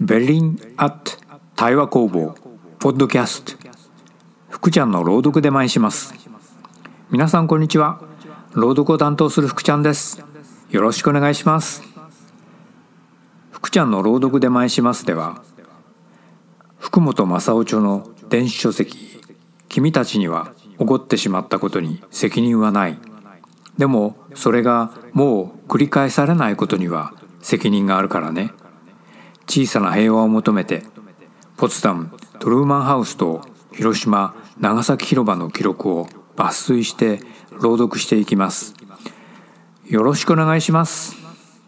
ベルリンアット対話工房ポッドキャスト福ちゃんの朗読で参します。皆さんこんにちは。朗読を担当する福ちゃんです。よろしくお願いします。福ちゃんの朗読で参しますでは、福本正夫著の電子書籍君たちには起こってしまったことに責任はない。でもそれがもう繰り返されないことには責任があるからね。小さな平和を求めてポツダム・トルーマンハウスと広島・長崎広場の記録を抜粋して朗読していきます。よろしくお願いします。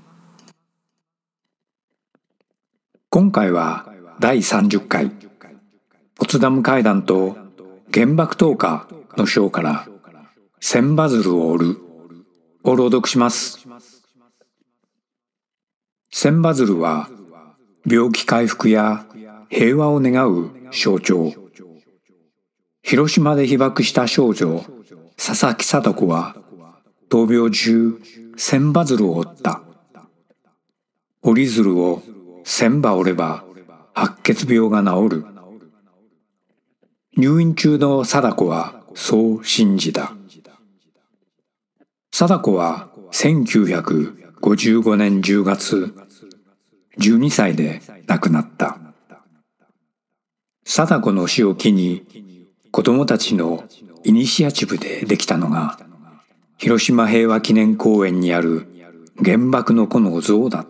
今回は第30回ポツダム会談と原爆投下の章から千羽鶴を折るを朗読します。千羽鶴は病気回復や平和を願う象徴。広島で被爆した少女佐々木禎子は闘病中千羽鶴を折った。折り鶴を千羽折れば白血病が治る。入院中の禎子はそう信じた。禎子は1955年10月12歳で亡くなった。禎子の死を機に子供たちのイニシアチブでできたのが広島平和記念公園にある原爆の子の像だった。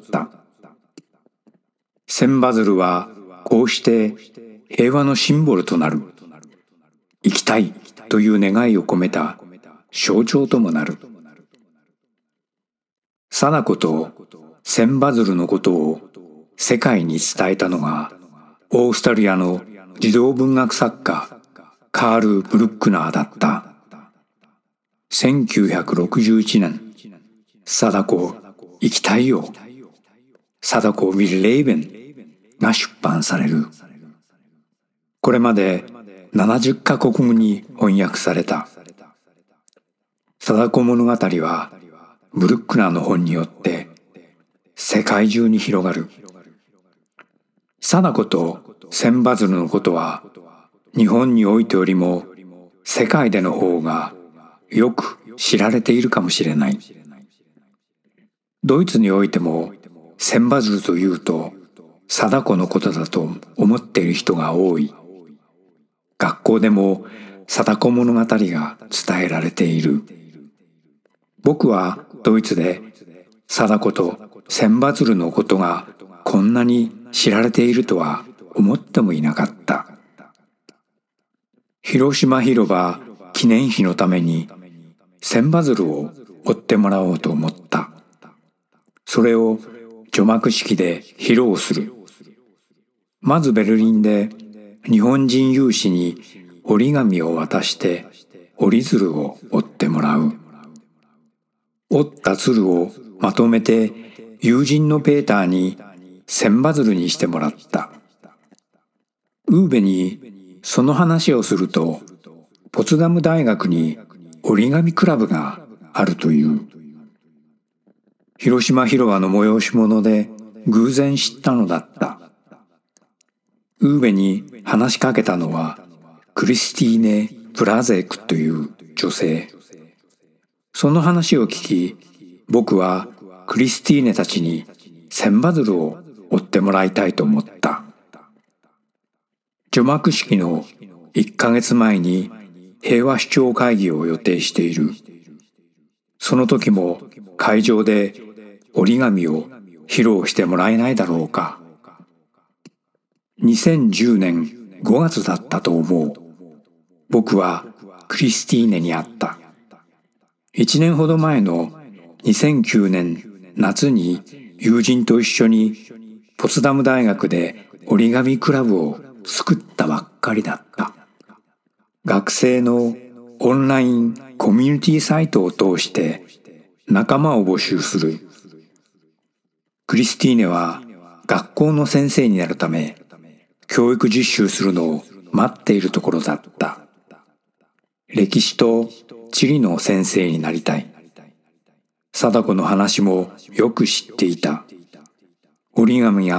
千羽鶴はこうして平和のシンボルとなる。生きたいという願いを込めた象徴ともなる。禎子と千羽鶴のことを世界に伝えたのがオーストリアの児童文学作家カール・ブルックナーだった。1961年、禎子生きたいよ、禎子 will leben が出版される。これまで70カ国語に翻訳された。禎子物語はブルックナーの本によって世界中に広がる。禎子と千羽鶴のことは日本においてよりも世界での方がよく知られているかもしれない。ドイツにおいても千羽鶴というと禎子のことだと思っている人が多い。学校でも禎子物語が伝えられている。僕はドイツで禎子と千羽鶴のことがこんなに知られているとは思ってもいなかった。広島広場記念碑のために千羽鶴を折ってもらおうと思った。それを除幕式で披露する。まずベルリンで日本人有志に折り紙を渡して折り鶴を折ってもらう。折った鶴をまとめて友人のペーターに千羽鶴にしてもらった。ウーベにその話をすると、ポツダム大学に折り紙クラブがあるという。広島広場の催し物で偶然知ったのだった。ウーベに話しかけたのはクリスティーネ・ブラゼークという女性。その話を聞き、僕はクリスティーネたちに千羽鶴を折ってもらいたいと思った。除幕式の1ヶ月前に平和首長会議を予定している。その時も会場で折り紙を披露してもらえないだろうか。2010年5月だったと思う。僕はクリスティーネに会った。1年ほど前の2009年夏に友人と一緒にポツダム大学で折り紙クラブを作ったばっかりだった。学生のオンラインコミュニティサイトを通して仲間を募集する。クリスティーネは学校の先生になるため教育実習するのを待っているところだった。歴史と地理の先生になりたい。禎子の話もよく知っていた。折り紙が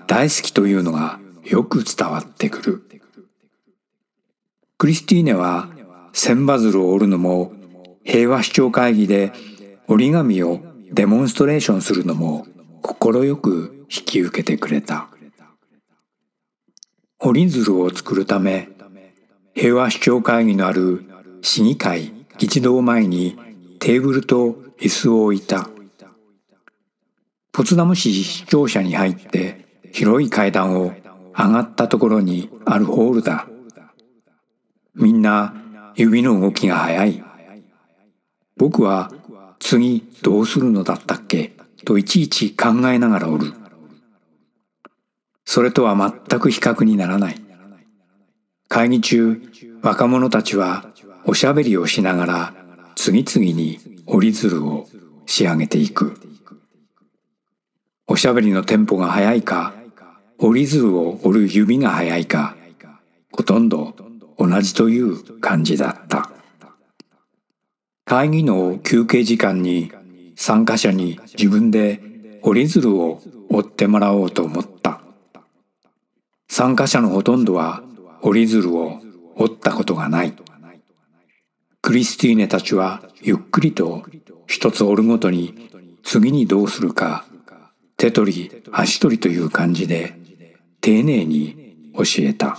大好きというのがよく伝わってくる。クリスティーネは千羽鶴を折るのも、平和主張会議で折り紙をデモンストレーションするのも快く引き受けてくれた。折り鶴を作るため、平和主張会議のある市議会議事堂前にテーブルと椅子を置いた。ポツダム市市庁舎に入って広い階段を上がったところにあるホールだ。みんな指の動きが早い。僕は次どうするのだったっけといちいち考えながらおる。それとは全く比較にならない。会議中、若者たちはおしゃべりをしながら次々に折り鶴を仕上げていく。おしゃべりのテンポが速いか、折り鶴を折る指が速いか、ほとんど同じという感じだった。会議の休憩時間に参加者に自分で折り鶴を折ってもらおうと思った。参加者のほとんどは折り鶴を折ったことがない。クリスティーネたちはゆっくりと一つ折るごとに次にどうするか手取り足取りという感じで丁寧に教えた。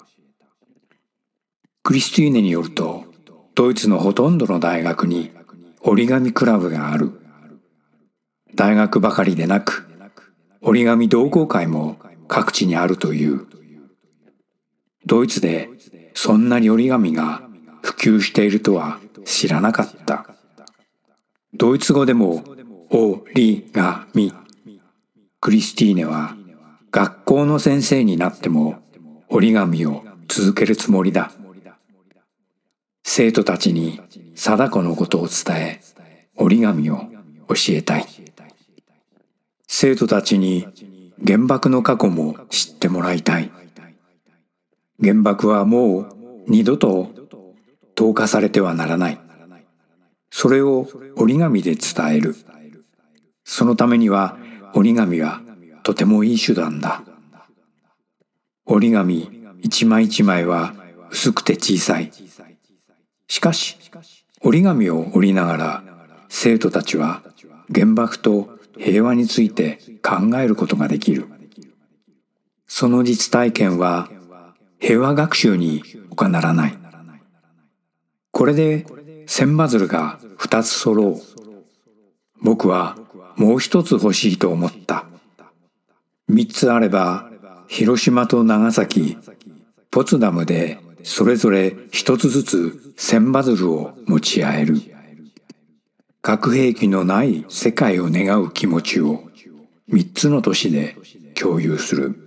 クリスティーネによると、ドイツのほとんどの大学に折り紙クラブがある。大学ばかりでなく、折り紙同好会も各地にあるという。ドイツでそんなに折り紙が普及しているとは知らなかった。ドイツ語でも折り紙。クリスティーネは学校の先生になっても折り紙を続けるつもりだ。生徒たちに貞子のことを伝え、折り紙を教えたい。生徒たちに原爆の過去も知ってもらいたい。原爆はもう二度と投下されてはならない。それを折り紙で伝える。そのためには折り紙はとてもいい手段だ。折り紙一枚一枚は薄くて小さい。しかし、折り紙を折りながら生徒たちは原爆と平和について考えることができる。その実体験は平和学習に他ならない。これで千羽鶴が2つ揃う。僕はもう一つ欲しいと思った。3つあれば広島と長崎、ポツダムでそれぞれ1つずつ千羽鶴を持ち合える。核兵器のない世界を願う気持ちを3つの都市で共有する。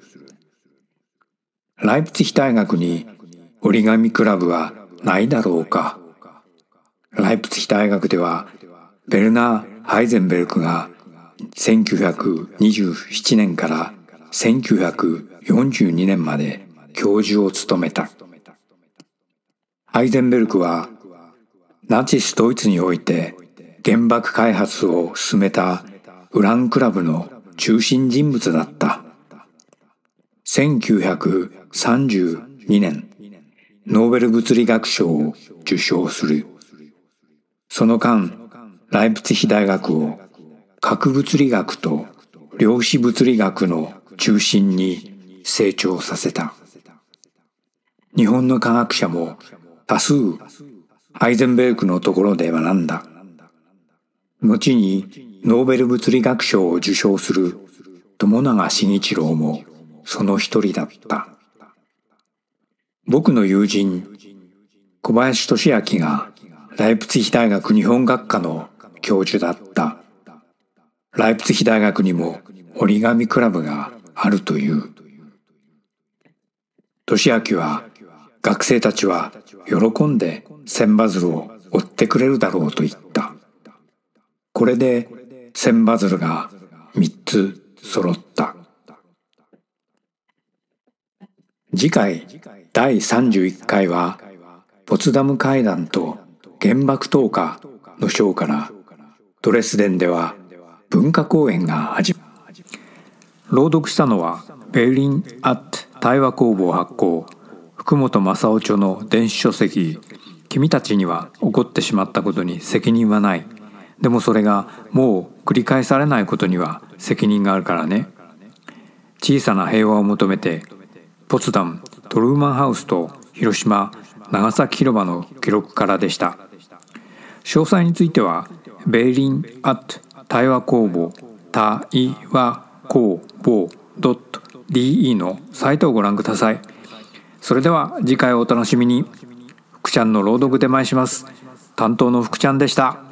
ライプツィヒ大学に折り紙クラブはないだろうか。ライプツィヒ大学ではベルナー・ハイゼンベルクが1927年から1942年まで教授を務めた。ハイゼンベルクはナチスドイツにおいて原爆開発を進めたウランクラブの中心人物だった。1932年、ノーベル物理学賞を受賞する。その間、ライプツィヒ大学を核物理学と量子物理学の中心に成長させた。日本の科学者も多数ハイゼンベルクのところで学んだ。後にノーベル物理学賞を受賞する友永慎一郎もその一人だった。僕の友人小林俊明がライプツィヒ大学日本学科の教授だった。ライプツィヒ大学にも折り紙クラブがあるという。俊明は学生たちは喜んで千羽鶴を折ってくれるだろうと言った。これで千羽鶴が3つ揃った。次回第31回はポツダム会談と原爆投下の章からドレスデンでは文化公演が始まる。 朗読したのはベーリン・アット対話工房発行福本正夫著の電子書籍君たちには起こってしまったことに責任はない。でもそれがもう繰り返されないことには責任があるからね。小さな平和を求めてポツダム、トルーマンハウスと広島、長崎広場の記録からでした。詳細についてはベーリン・アット対話工房対話工房 .de のサイトをご覧ください。それでは次回をお楽しみに。福ちゃんの朗読でまいします。担当の福ちゃんでした。